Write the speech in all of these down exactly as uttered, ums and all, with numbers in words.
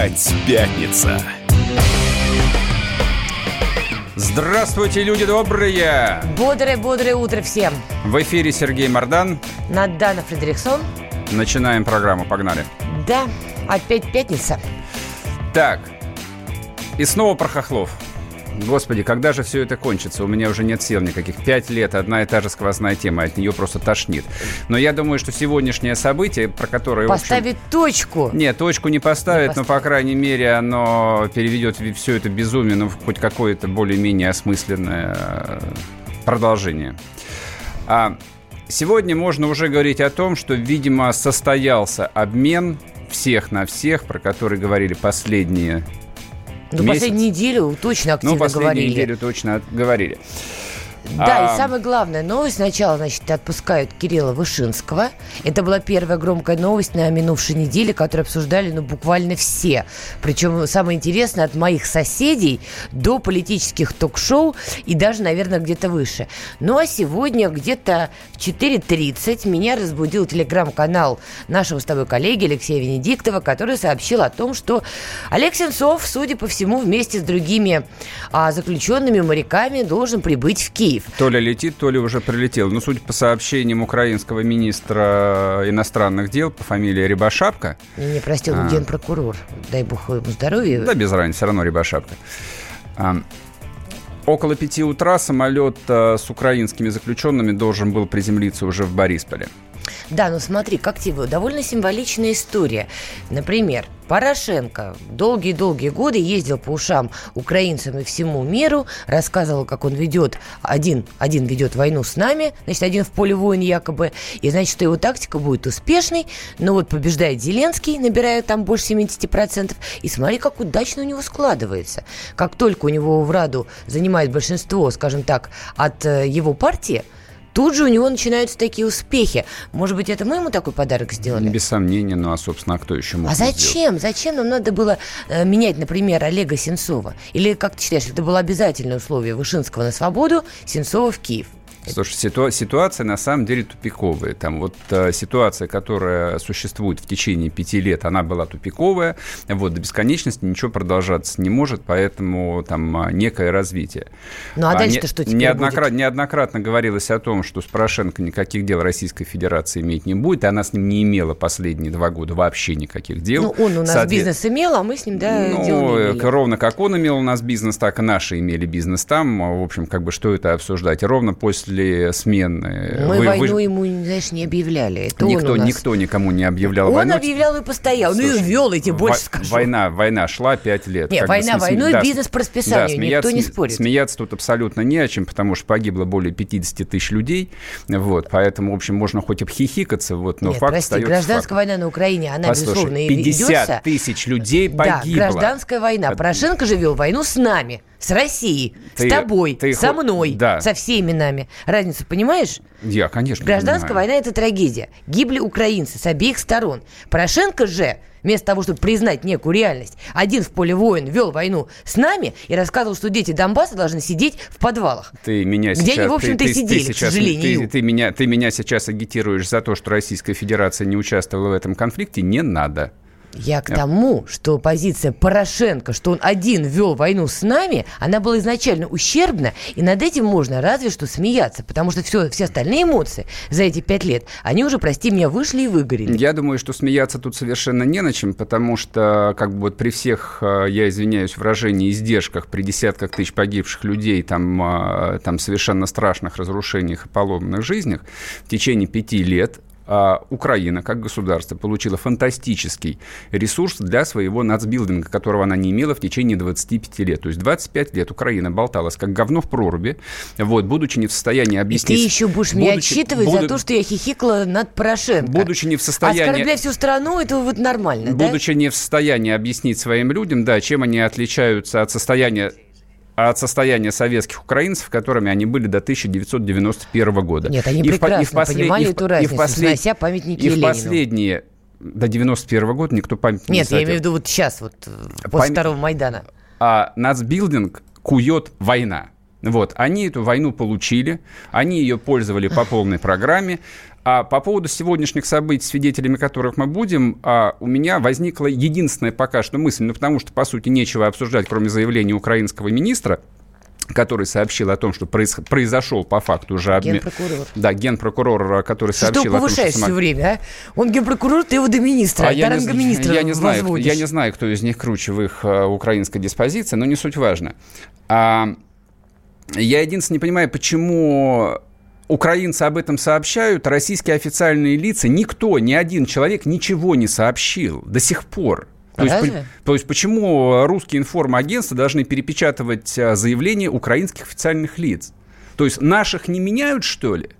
Опять пятница. Здравствуйте, люди добрые! Бодрое-бодрое утро всем! В эфире Сергей Мордан. Надана Фредериксон. Начинаем программу, погнали. Да, опять пятница. Так, и снова про хохлов. Господи, когда же все это кончится? У меня уже нет сил никаких. Пять лет, одна и та же сквозная тема, от нее просто тошнит. Но я думаю, что сегодняшнее событие, про которое... Поставит в общем... точку. Нет, точку не поставит, не но, по крайней мере, оно переведет все это безумие, ну, в хоть какое-то более-менее осмысленное продолжение. А сегодня можно уже говорить о том, что, видимо, состоялся обмен всех на всех, про который говорили последние... Ну, последнюю неделю точно активно ну, последнюю говорили. неделю точно говорили. Да, а... и самая главная новость. Сначала, значит, отпускают Кирилла Вышинского. Это была первая громкая новость на минувшей неделе, которую обсуждали, ну, буквально все. Причем, самое интересное, от моих соседей до политических ток-шоу и даже, наверное, где-то выше. Ну, а сегодня где-то в четыре тридцать меня разбудил телеграм-канал нашего с тобой коллеги Алексея Венедиктова, который сообщил о том, что Олег Сенцов, судя по всему, вместе с другими а, заключенными моряками должен прибыть в Киев. То ли летит, то ли уже прилетел. Ну, судя по сообщениям украинского министра иностранных дел по фамилии Рябошапка... Не, не простил, а... генпрокурор. Дай бог ему здоровья. Да, без разницы, все равно Рябошапка. А... Около пяти утра самолет а, с украинскими заключенными должен был приземлиться уже в Борисполе. Да, ну смотри, как тебе, довольно символичная история. Например, Порошенко долгие-долгие годы ездил по ушам украинцам и всему миру, рассказывал, как он ведет, один, один ведет войну с нами, значит, один в поле воин якобы, и значит, что его тактика будет успешной, но вот побеждает Зеленский, набирая там больше семьдесят процентов, и смотри, как удачно у него складывается. Как только у него в Раду занимает большинство, скажем так, от э, его партии, тут же у него начинаются такие успехи. Может быть, это мы ему такой подарок сделали? Без сомнения, ну а, собственно, а кто еще мог А зачем? Сделать? Зачем нам надо было э, менять, например, Олега Сенцова? Или, как ты считаешь, это было обязательное условие Вышинского на свободу, Сенцова в Киев? Слушай, ситуа- ситуация на самом деле тупиковая. Там вот э, ситуация, которая существует в течение пяти лет, она была тупиковая. Вот, до бесконечности ничего продолжаться не может, поэтому там некое развитие. Ну а, а дальше-то не, что теперь неоднократно, будет? Неоднократно говорилось о том, что с Порошенко никаких дел Российской Федерации иметь не будет, и она с ним не имела последние два года вообще никаких дел. Ну он у нас Соответ... бизнес имел, а мы с ним, да, ну, дел не имели. Ровно как он имел у нас бизнес, так и наши имели бизнес там. В общем, как бы что это обсуждать? И ровно после смены. Мы вы, войну вы... ему, знаешь, не объявляли. Это никто, он у нас... никто никому не объявлял он войну. Он объявлял и постоял. Слушай, ну и вел, я тебе больше во- скажу. Война, война шла пять лет. Нет, война бы, войной, да, бизнес по расписанию, да, смеяться, никто не спорит. Смеяться тут абсолютно не о чем, потому что погибло более пятьдесят тысяч людей. Вот, поэтому, в общем, можно хоть обхихикаться, вот, но Нет, факт прости, остается гражданская фактом. война на Украине, она, Послушай, безусловно, и ведется. пятьдесят тысяч людей погибло. Да, гражданская война. Порошенко же вел войну с нами, с Россией, ты, с тобой, ты со хо... мной, да. со всеми нами. Разницу понимаешь? Я, конечно, Гражданская понимаю. война – это трагедия. Гибли украинцы с обеих сторон. Порошенко же, вместо того, чтобы признать некую реальность, один в поле воин вел войну с нами и рассказывал, что дети Донбасса должны сидеть в подвалах. Ты меня где сейчас, они, в общем-то, ты, и сидели, ты, ты к сожалению. Ты, ты, меня, ты меня сейчас агитируешь за то, что Российская Федерация не участвовала в этом конфликте. Не надо. Я к тому, что позиция Порошенко, что он один вел войну с нами, она была изначально ущербна, и над этим можно разве что смеяться, потому что все, все остальные эмоции за эти пять лет, они уже, прости меня, вышли и выгорели. Я думаю, что смеяться тут совершенно не на чем, потому что, как бы вот при всех, я извиняюсь в выражении, издержках, при десятках тысяч погибших людей, там, там совершенно страшных разрушениях и поломанных жизнях, в течение пяти лет Украина, как государство, получила фантастический ресурс для своего нацбилдинга, которого она не имела в течение двадцати пяти лет. То есть двадцать пять лет Украина болталась как говно в проруби, вот, будучи не в состоянии объяснить... И ты еще будешь будучи, меня отчитывать буду, за то, что я хихикала над Порошенко. Будучи не в состоянии... Оскорбляя всю страну, это вот нормально, Будучи да? не в состоянии объяснить своим людям, да, чем они отличаются от состояния... от состояния советских украинцев, которыми они были до тысяча девятьсот девяносто первого года. Нет, они и прекрасно в, и в послед... понимали и в... эту разницу, и в послед... снося памятники и Ленину. в последние... До девяносто первого года никто памятник не Нет, ставил. я имею в виду вот сейчас, вот после Пам... второго Майдана. А нацбилдинг кует война. Вот, они эту войну получили, они ее пользовали по полной программе. А по поводу сегодняшних событий, свидетелями которых мы будем, а, у меня возникла единственная пока что мысль, ну, потому что, по сути, нечего обсуждать, кроме заявления украинского министра, который сообщил о том, что произ... произошел по факту уже обмен... Генпрокурор. Да, генпрокурор, который что сообщил о том, что... Что повышаешь все время, а? Он генпрокурор, ты его до министра, а до я ранга не, министра я не знаю, возводишь. Я не знаю, кто из них круче в их uh, украинской диспозиции, но не суть важно. А, я единственное не понимаю, почему... Украинцы об этом сообщают, российские официальные лица, никто, ни один человек ничего не сообщил до сих пор. То есть, по, то есть почему русские информагентства должны перепечатывать заявления украинских официальных лиц? То есть наших не меняют, что ли?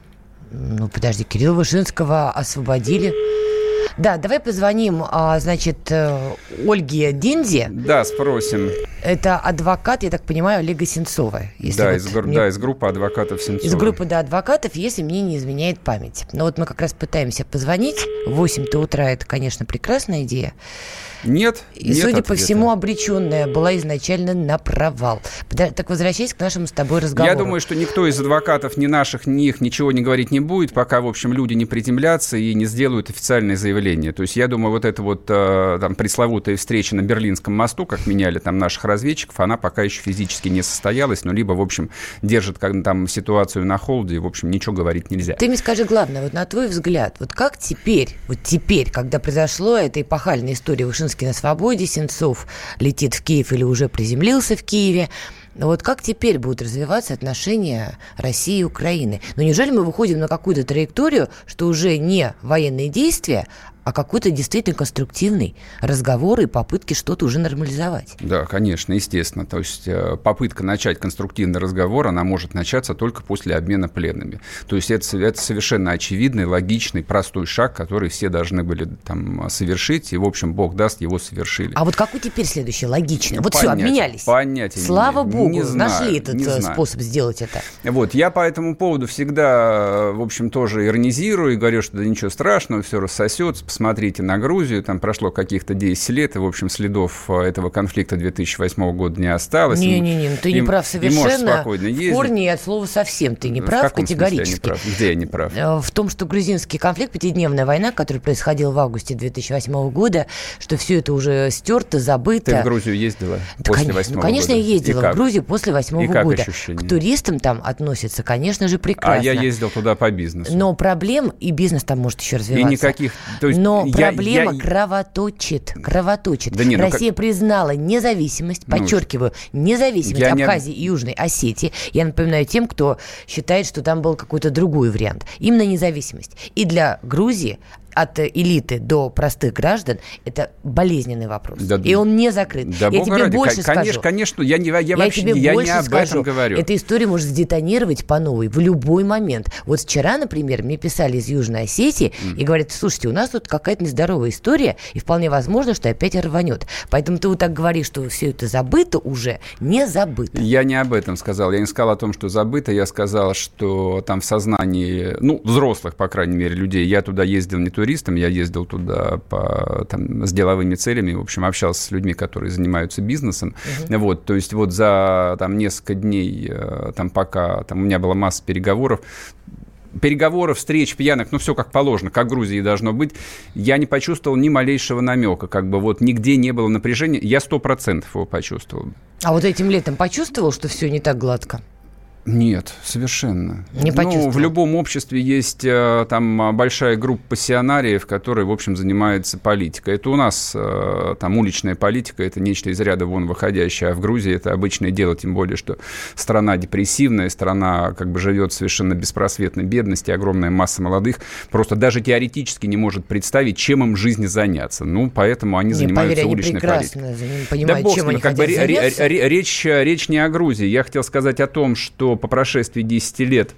Ну, подожди, Кирилла Вышинского освободили. Да, давай позвоним, значит, Ольге Динзе. Да, спросим. Это адвокат, я так понимаю, Олега Сенцова. Если да, вот из, мне... да, из группы адвокатов Сенцова. Из группы, да, адвокатов, если мне не изменяет память. Но вот мы как раз пытаемся позвонить. В восемь-то утра это, конечно, прекрасная идея. Нет, И, нет судя ответа. по всему, обреченная была изначально на провал. Так, возвращаясь к нашему с тобой разговору. Я думаю, что никто из адвокатов, ни наших, ни их, ничего не говорить не будет, пока, в общем, люди не приземлятся и не сделают официальное заявление. То есть, я думаю, вот эта вот там пресловутая встреча на Берлинском мосту, как меняли там наших разведчиков, она пока еще физически не состоялась, но либо, в общем, держит как, там ситуацию на холде, и, в общем, ничего говорить нельзя. Ты мне скажи главное, вот на твой взгляд, вот как теперь, вот теперь, когда произошло эта эпохальная история Вышинский на свободе, Сенцов летит в Киев или уже приземлился в Киеве. Вот как теперь будут развиваться отношения России и Украины? Ну, неужели мы выходим на какую-то траекторию, что уже не военные действия, а какой-то действительно конструктивный разговор и попытки что-то уже нормализовать? Да, конечно, естественно. То есть попытка начать конструктивный разговор, она может начаться только после обмена пленными. То есть это, это совершенно очевидный, логичный, простой шаг, который все должны были там совершить, и, в общем, Бог даст, его совершили. А вот какой теперь следующий логичный? Вот понятия, все, обменялись. Понятия Слава не, Богу, не знаю, нашли этот не способ сделать это. Вот, я по этому поводу всегда, в общем, тоже иронизирую и говорю, что да ничего страшного, все рассосется. Посмотрите на Грузию, там прошло каких-то десять лет, и, в общем, следов этого конфликта две тысячи восьмого года не осталось. Не-не-не, ты не прав совершенно. В корне от слова совсем ты не прав, категорически. Я не прав? Где я не прав? В том, что грузинский конфликт, пятидневная война, которая происходила в августе две тысячи восьмого года, что все это уже стерто, забыто. Ты в Грузию ездила да, после конечно, восьмого ну, конечно, года? я ездила в Грузию после восьмого и как года. Ощущения? К туристам там относятся, конечно же, прекрасно. А я ездил туда по бизнесу. Но проблем, и бизнес там может еще развиваться. И никаких... То есть Но я, проблема я... кровоточит, кровоточит. Да не, ну Россия как... признала независимость, ну, подчеркиваю, независимость я Абхазии не... и Южной Осетии. Я напоминаю тем, кто считает, что там был какой-то другой вариант. Именно независимость. И для Грузии от элиты до простых граждан это болезненный вопрос. Да, и он не закрыт. Да, я тебе ради. больше конечно, скажу. Конечно, я, не, я, я вообще тебе я больше не об скажу. этом говорю. Эта история может сдетонировать по новой в любой момент. Вот вчера, например, мне писали из Южной Осетии mm. и говорят, слушайте, у нас тут какая-то нездоровая история, и вполне возможно, что опять рванет. Поэтому ты вот так говоришь, что все это забыто уже, не забыто. Я не об этом сказал. Я не сказал о том, что забыто. Я сказал, что там в сознании, ну, взрослых, по крайней мере, людей. Я туда ездил не туристом, я ездил туда по, там, с деловыми целями, в общем, общался с людьми, которые занимаются бизнесом. Uh-huh. Вот, то есть вот за там, несколько дней, там, пока там, у меня была масса переговоров, переговоров, встреч, пьянок, ну, все как положено, как в Грузии должно быть, я не почувствовал ни малейшего намека, как бы вот нигде не было напряжения, я сто процентов его почувствовал. А вот этим летом почувствовал, что все не так гладко? Нет, совершенно. Не почувствовал. Ну, в любом обществе есть там большая группа пассионариев, которые, в общем, занимаются политикой. Это у нас там уличная политика, это нечто из ряда вон выходящее, а в Грузии это обычное дело, тем более, что страна депрессивная, страна как бы живет в совершенно беспросветной бедности, огромная масса молодых просто даже теоретически не может представить, чем им в жизни заняться. Ну, поэтому они не, занимаются поверь, уличной политикой. Не понимают, да, чем бог, они как хотят бы заняться. Речь, речь не о Грузии. Я хотел сказать о том, что по прошествии десяти лет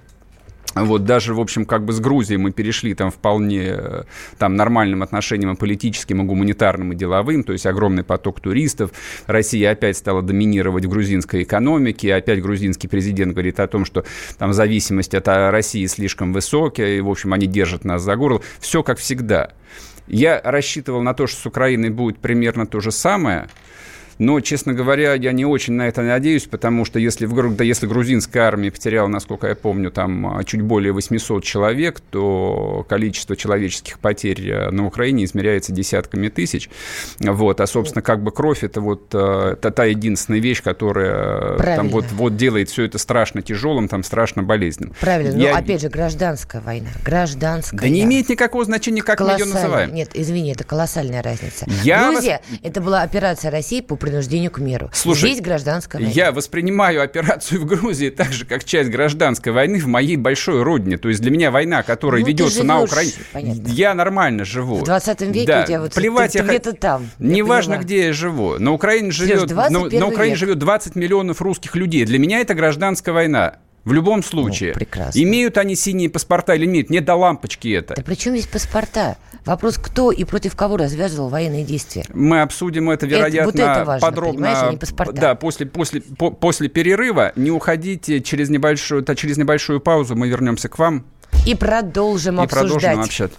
вот даже, в общем, как бы с Грузией мы перешли там вполне там, нормальным отношениям и политическим, и гуманитарным, и деловым, то есть огромный поток туристов. Россия опять стала доминировать в грузинской экономике, и опять грузинский президент говорит о том, что там зависимость от России слишком высокая, и, в общем, они держат нас за горло. Все как всегда. Я рассчитывал на то, что с Украиной будет примерно то же самое. Но, честно говоря, я не очень на это надеюсь, потому что если, в, да, если грузинская армия потеряла, насколько я помню, там чуть более восемьсот человек, то количество человеческих потерь на Украине измеряется десятками тысяч. Вот. А, собственно, как бы кровь – это вот та, та единственная вещь, которая там, вот, вот делает все это страшно тяжелым, там, страшно болезненным. Правильно. Я... Но, опять же, гражданская война. Гражданская. Да не имеет никакого значения, как мы ее называем. Нет, извини, это колоссальная разница. Я Грузия вас... – это была операция России по принуждению к миру. Слушай, здесь гражданская война. Я воспринимаю операцию в Грузии так же, как часть гражданской войны в моей большой родине. То есть для меня война, которая ну, ведется на Украине, понятно. Я нормально живу. В двадцатом веке да. у тебя вот плевать, ты, ты я где-то там. Неважно, где я живу. На Украине живет, на, на Украине живет двадцать миллионов русских людей. Для меня это гражданская война. В любом случае. Ну, прекрасно. Имеют они синие паспорта или нет? Нет, до лампочки это. Да при чем здесь паспорта? Вопрос, кто и против кого развязывал военные действия. Мы обсудим это, вероятно, это, вот это важно, подробно. А не паспорта. Да, после, после, по, после перерыва. Не уходите, через небольшую, через небольшую паузу мы вернемся к вам. И продолжим и обсуждать. Продолжим общаться.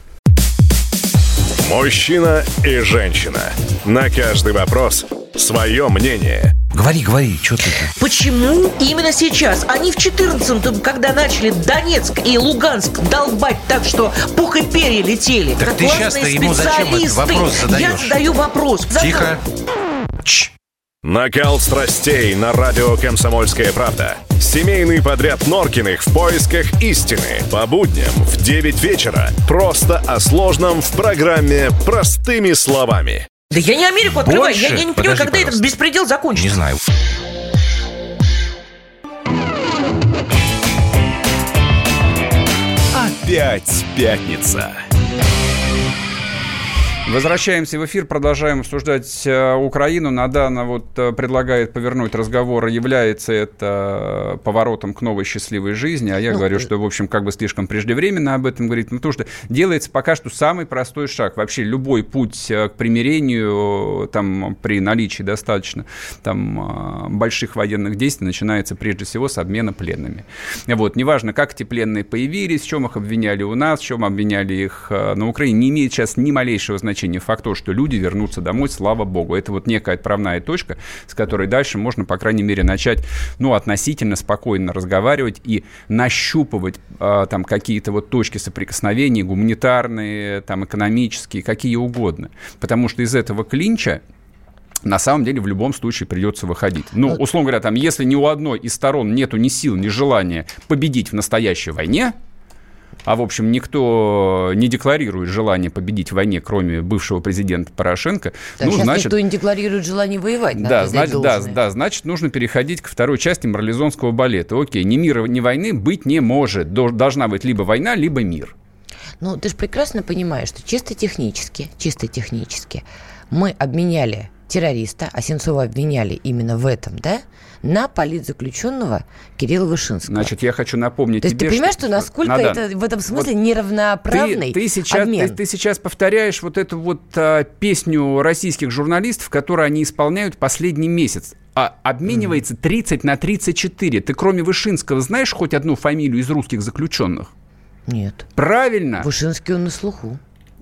Мужчина и женщина. На каждый вопрос свое мнение. Говори, говори, что ты? Почему именно сейчас? Они в четырнадцатом, когда начали Донецк и Луганск долбать так, что пух и перья летели. Так ты сейчас-то ему зачем этот вопрос задаешь? Я задаю вопрос. Тихо. Чш. Накал страстей на радио «Комсомольская правда». Семейный подряд Норкиных в поисках истины. По будням в девять вечера. Просто о сложном в программе «Простыми словами». Да я не Америку открываю. Я, я не понимаю, Подожди, когда пожалуйста. этот беспредел закончится. Не знаю. Опять пятница. Возвращаемся в эфир, продолжаем обсуждать э, Украину. Надана вот э, предлагает повернуть разговор, является это поворотом к новой счастливой жизни, а я ну, говорю, что, в общем, как бы слишком преждевременно об этом говорить, потому что делается пока что самый простой шаг. Вообще любой путь к примирению, там, при наличии достаточно там, больших военных действий начинается прежде всего с обмена пленными. Вот. Неважно, как эти пленные появились, в чем их обвиняли у нас, в чем обвиняли их на Украине, не имеет сейчас ни малейшего значения. Факт то, что люди вернутся домой, слава богу. Это вот некая отправная точка, с которой дальше можно, по крайней мере, начать, ну, относительно спокойно разговаривать и нащупывать э, там какие-то вот точки соприкосновения, гуманитарные, там, экономические, какие угодно. Потому что из этого клинча на самом деле в любом случае придется выходить. Ну, условно говоря, там, если ни у одной из сторон нету ни сил, ни желания победить в настоящей войне, а, в общем, никто не декларирует желание победить в войне, кроме бывшего президента Порошенко. Да, ну, сейчас значит, никто не декларирует желание воевать. Да, значит, да, да, значит, нужно переходить к второй части марлезонского балета. Окей, ни мира, ни войны быть не может. Должна быть либо война, либо мир. Ну, ты же прекрасно понимаешь, что чисто технически, чисто технически мы обменяли террориста, а Сенцова обвиняли именно в этом, да, на политзаключенного Кирилла Вышинского. Значит, я хочу напомнить То тебе... То есть ты понимаешь, что, что насколько Надан, это в этом смысле вот неравноправный ты, ты сейчас, обмен? Ты, ты сейчас повторяешь вот эту вот а, песню российских журналистов, которую они исполняют последний месяц. А обменивается тридцать на тридцать четыре. Ты кроме Вышинского знаешь хоть одну фамилию из русских заключенных? Нет. Правильно. Вышинский он на слуху.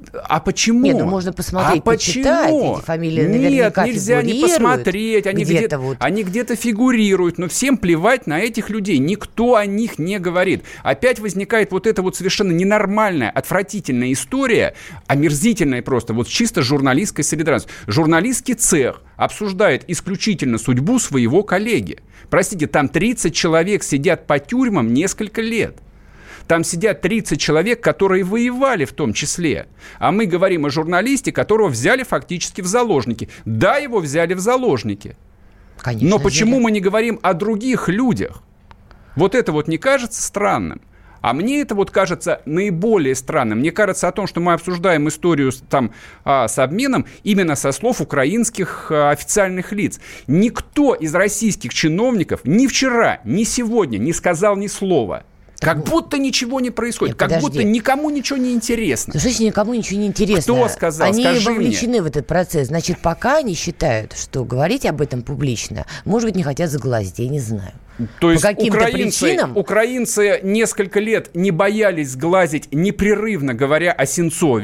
А почему? Нет, ну можно посмотреть, а почитать. Почему? Эти фамилии наверняка Нет, нельзя не посмотреть. Они где-то, где-то, вот. они где-то фигурируют, но всем плевать на этих людей. Никто о них не говорит. Опять возникает вот эта вот совершенно ненормальная, отвратительная история, омерзительная просто, вот чисто журналистской солидарностью. Журналистский цех обсуждает исключительно судьбу своего коллеги. Простите, там тридцать человек сидят по тюрьмам несколько лет. Там сидят тридцать человек, которые воевали в том числе. А мы говорим о журналисте, которого взяли фактически в заложники. Да, его взяли в заложники. Конечно, но почему взяли. мы не говорим о других людях? Вот это вот не кажется странным? А мне это вот кажется наиболее странным. Мне кажется о том, что мы обсуждаем историю там, а, с обменом именно со слов украинских а, официальных лиц. Никто из российских чиновников ни вчера, ни сегодня не сказал ни слова. Как будто ничего не происходит, Нет, как подожди. будто никому ничего не интересно. Ну, слушайте, никому ничего не интересно. Кто сказал? Они Скажи вовлечены мне. в этот процесс. Значит, пока они считают, что говорить об этом публично, может быть, не хотят заглазить, я не знаю. То есть По каким-то украинцы, причинам... украинцы несколько лет не боялись сглазить, непрерывно говоря о Сенцове.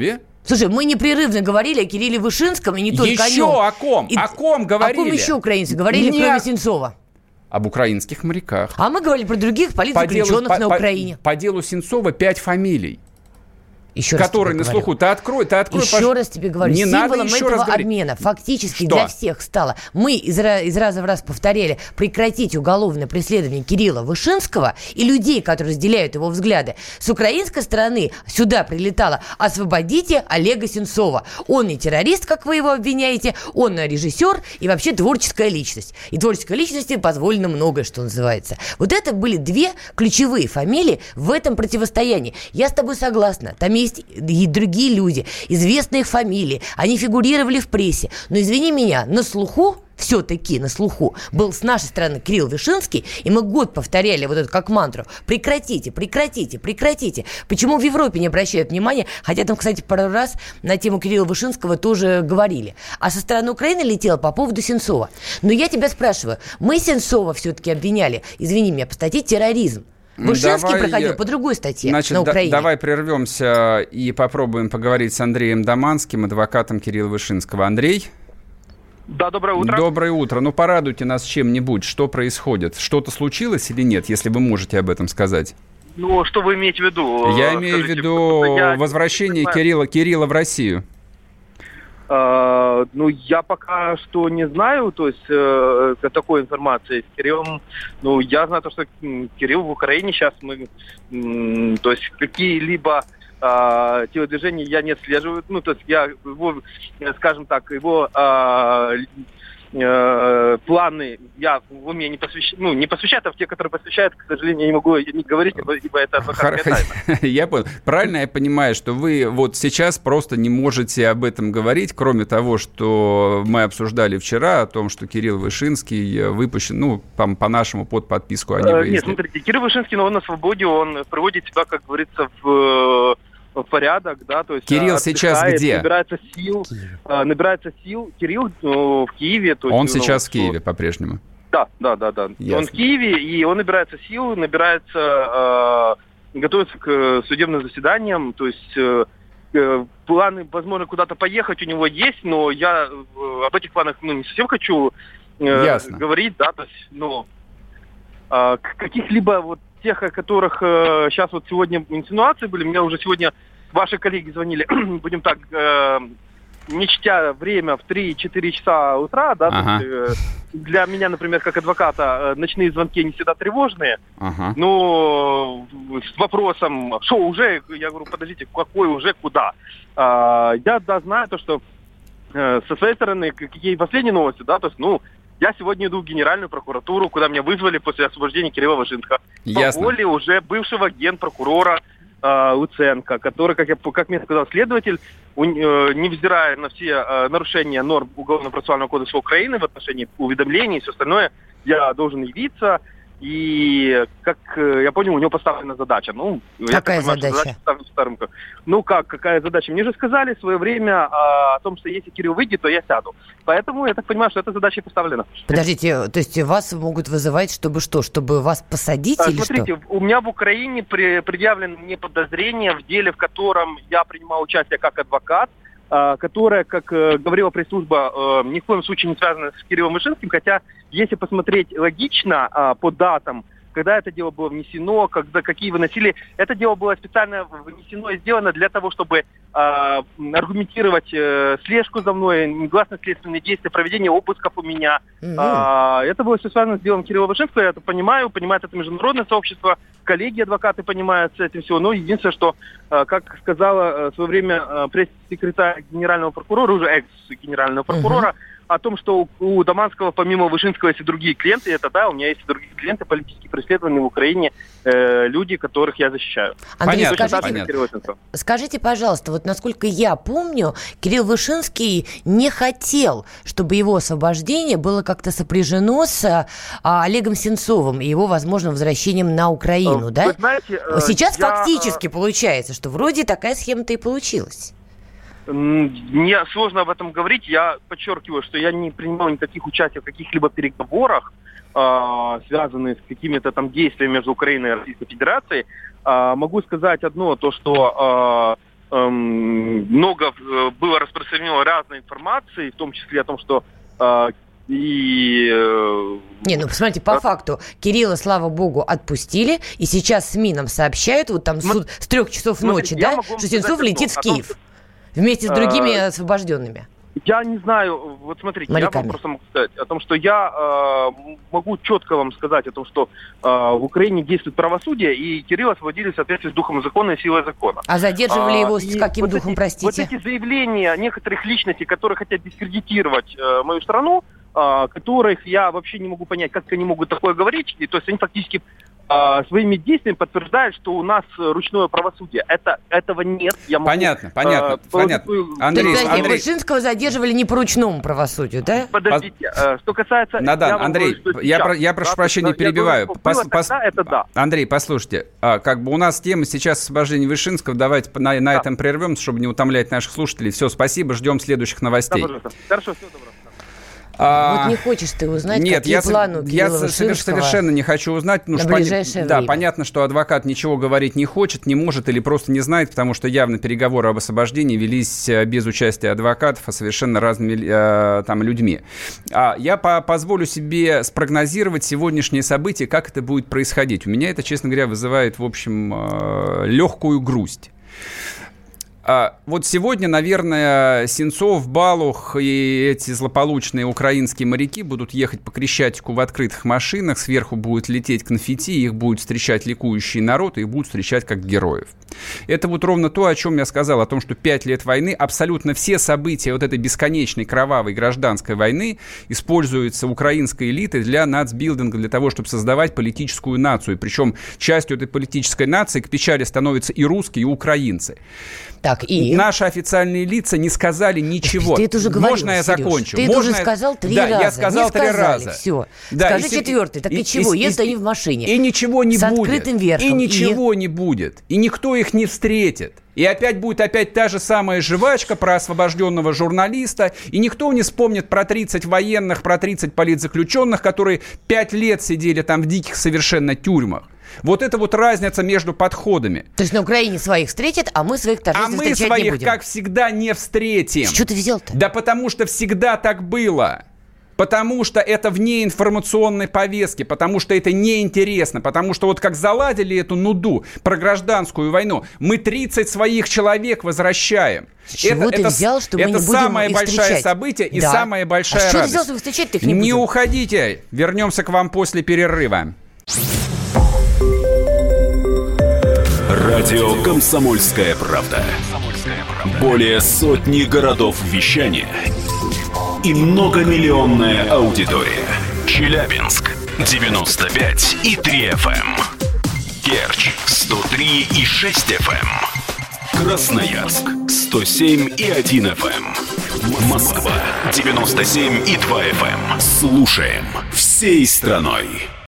Слушай, мы непрерывно говорили о Кирилле Вышинском, и не только о нем. Еще о ком? И... О ком говорили? О ком еще украинцы говорили, Не... кроме Сенцова? Об украинских моряках. А мы говорили про других политзаключенных по на по, Украине. По, по делу Сенцова пять фамилий. Еще который на слуху. Ты открой, ты открой. Еще пож... раз тебе говорю, не символом надо этого обмена фактически Что? Для всех стало. Мы из, из раза в раз повторяли прекратить уголовное преследование Кирилла Вышинского и людей, которые разделяют его взгляды. С украинской стороны сюда прилетало: освободите Олега Сенцова. Он не террорист, как вы его обвиняете, он режиссер и вообще творческая личность. И творческой личности позволено многое, что называется. Вот это были две ключевые фамилии в этом противостоянии. Я с тобой согласна. Там есть и другие люди, известные фамилии, они фигурировали в прессе. Но, извини меня, на слуху, все-таки на слуху, был с нашей стороны Кирилл Вышинский, и мы год повторяли вот это как мантру: прекратите, прекратите, прекратите. Почему в Европе не обращают внимания, хотя там, кстати, пару раз на тему Кирилла Вышинского тоже говорили. А со стороны Украины летело по поводу Сенцова. Но я тебя спрашиваю, мы Сенцова все-таки обвиняли, извини меня, по статье терроризм. Вышинский давай, проходил по другой статье значит, на Украине. Да, давай прервемся и попробуем поговорить с Андреем Доманским, адвокатом Кирилла Вышинского. Андрей? Да, доброе утро. Доброе утро. Ну, порадуйте нас чем-нибудь. Что происходит? Что-то случилось или нет, если вы можете об этом сказать? Ну, что вы имеете в виду? Я имею в виду я возвращение Кирилла, Кирилла в Россию. Uh, ну, я пока что не знаю, то есть э, такой информации с Кириллом. Ну, я знаю то, что Кирилл в Украине сейчас мы, м, то есть какие-либо э, телодвижения я не отслеживаю. Ну, то есть я его, скажем так, его э, э, планы я в уме не посвящаю, ну, не посвящаю, а в те, которые посвящают, к сожалению, я не могу не говорить, ибо это адвокатская тайна. Я понял. Правильно я понимаю, что вы вот сейчас просто не можете об этом говорить, кроме того, что мы обсуждали вчера о том, что Кирилл Вышинский выпущен, ну, по, по нашему под подписку о невыезде. Нет, смотрите, Кирилл Вышинский, но он на свободе, он приводит себя, как говорится, в... в порядок, да, то есть Кирилл сейчас где? Набирается сил, э, набирается сил. Кирилл э, в Киеве. То есть, он ну, сейчас ну, в Киеве по-прежнему? Да, да, да, да. Ясно. Он в Киеве, и он набирается сил, набирается, э, готовится к судебным заседаниям, то есть э, э, планы, возможно, куда-то поехать у него есть, но я э, об этих планах ну, не совсем хочу э, говорить, да, то есть, ну, э, каких-либо вот тех, о которых э, сейчас вот сегодня инсинуации были, мне уже сегодня ваши коллеги звонили, будем так, э, не чтя время в три-четыре часа утра, да, ага. есть, э, для меня, например, как адвоката, э, ночные звонки не всегда тревожные, ага. но с вопросом, что уже, я говорю, подождите, какой уже, куда? Э, я, да, знаю то, что э, со своей стороны, какие последние новости, да, то есть, ну, я сегодня иду в Генеральную прокуратуру, куда меня вызвали после освобождения Кирилла Вышинского. Ясно. По воле уже бывшего генпрокурора э, Луценко, который, как, я, как мне сказал следователь, у, э, невзирая на все э, нарушения норм Уголовно-процессуального кодекса Украины в отношении уведомлений и все остальное, я должен явиться. И, как я понял, у него поставлена задача. Ну, какая я понимаю, задача? задача ну как, какая задача? Мне же сказали в свое время а, о том, что если Кирилл выйдет, то я сяду. Поэтому я так понимаю, что эта задача поставлена. Подождите, то есть вас могут вызывать, чтобы что? Чтобы вас посадить а, или смотрите, что? У меня в Украине при, предъявлено мне подозрение в деле, в котором я принимал участие как адвокат, которая, как э, говорила пресс-служба, э, ни в коем случае не связана с Кириллом Вышинским, хотя, если посмотреть логично э, по датам, когда это дело было внесено, когда какие выносили, это дело было специально внесено и сделано для того, чтобы э, аргументировать э, слежку за мной, негласные следственные действия, проведение обысков у меня. Mm-hmm. Э, это было все связано с делом Кирилла Вышинского, я это понимаю, понимает это международное сообщество, коллеги адвокаты понимают с этим всего. Но единственное, что, э, как сказала в свое время э, пресс-секретарь генерального прокурора, уже экс-генерального прокурора, mm-hmm. о том, что у Доманского, помимо Вышинского, есть и другие клиенты. Это да, у меня есть и другие клиенты, политически преследованные в Украине, э, люди, которых я защищаю. Андрей, понятно, скажите, понятно. скажите, пожалуйста, вот насколько я помню, Кирилл Вышинский не хотел, чтобы его освобождение было как-то сопряжено с а, Олегом Сенцовым и его возможным возвращением на Украину, Вы да? знаете, э, Сейчас я... фактически получается, что вроде такая схема-то и получилась. Мне сложно об этом говорить. Я подчеркиваю, что я не принимал никаких участий в каких-либо переговорах, э, связанных с какими-то там действиями между Украиной и Российской Федерацией. Э, могу сказать одно, то что эм, много э, было распространено разной информации, в том числе о том, что э, и... Э, Не, ну, посмотрите, по а... факту Кирилла, слава богу, отпустили, и сейчас СМИ нам сообщают, вот там суд с трех часов ночи, да, что Сенцов летит в Киев том, вместе с другими а... освобожденными. Я не знаю, вот смотрите, Моряками. Я вам просто могу сказать о том, что я э, могу четко вам сказать о том, что э, в Украине действует правосудие, и Кирилла освободили в соответствии с духом закона и силой закона. А задерживали а, его с каким вот духом, эти, простите? Вот эти заявления некоторых личностей, которые хотят дискредитировать э, мою страну, э, которых я вообще не могу понять, как они могут такое говорить, и, то есть они фактически своими действиями подтверждают, что у нас ручное правосудие. Это, этого нет. Я могу, понятно, понятно, э, понятно. Андрей, есть, Андрей... Вышинского задерживали не по ручному правосудию, да? Подождите, э, что касается... Надан, Андрей, говорю, я, про, я прошу да, прощения, да, перебиваю. Говорю, пос, пос... тогда, это да. Андрей, послушайте, а, как бы у нас тема сейчас освобождения Вышинского, давайте на, на да. этом прервемся, чтобы не утомлять наших слушателей. Все, спасибо, ждем следующих новостей. Да, пожалуйста. Хорошо, всего доброго. А, вот не хочешь ты узнать, нет, какие я, планы у Кирилла я совершенно не хочу узнать. Ну, на ближайшее пон... время. Да, понятно, что адвокат ничего говорить не хочет, не может или просто не знает, потому что явно переговоры об освобождении велись без участия адвокатов, а совершенно разными э, там, людьми. А, я по- позволю себе спрогнозировать сегодняшние события, как это будет происходить. У меня это, честно говоря, вызывает, в общем, э, легкую грусть. А вот сегодня, наверное, Сенцов, Балух и эти злополучные украинские моряки будут ехать по Крещатику в открытых машинах, сверху будет лететь конфетти, их будет встречать ликующий народ, их будут встречать как героев. Это вот ровно то, о чем я сказал, о том, что пять лет войны, абсолютно все события вот этой бесконечной кровавой гражданской войны используются украинской элитой для нацбилдинга, для того, чтобы создавать политическую нацию. Причем частью этой политической нации к печали становятся и русские, и украинцы. Так, и? Наши официальные лица не сказали ничего. Ты это уже говорил, Можно я Сереж, закончу? Ты Можно это уже я... сказал три да, раза. я сказал не три сказали, раза. Все. Да, Скажи и, четвертый. Так и, и чего? И, Едут и, они в машине. И ничего не с будет. С открытым верхом. И ничего и... не будет. И никто их не встретит. И опять будет опять та же самая жвачка про освобожденного журналиста. И никто не вспомнит про тридцать военных, про тридцать политзаключенных, которые пять лет сидели там в диких совершенно тюрьмах. Вот это вот разница между подходами. То есть на Украине своих встретят, а мы своих торжественно встречать не будем. А мы своих, как всегда, не встретим. Что ты взял-то? Да потому что всегда так было. Потому что это вне информационной повестки, потому что это неинтересно, потому что вот как заладили эту нуду про гражданскую войну, мы тридцать своих человек возвращаем. С чего это, ты это, взял, что мы это не будем самое их большое встречать? событие и да. самая большая а радость. А что ты взял, что встречать-то их не будем? Не уходите, вернемся к вам после перерыва. Радио «Комсомольская правда». Более сотни городов вещания и многомиллионная аудитория. Челябинск девяносто пять и три эф эм. Керчь сто три и шесть эф эм. Красноярск сто семь и один эф эм. Москва девяносто семь и два эф эм. Слушаем всей страной.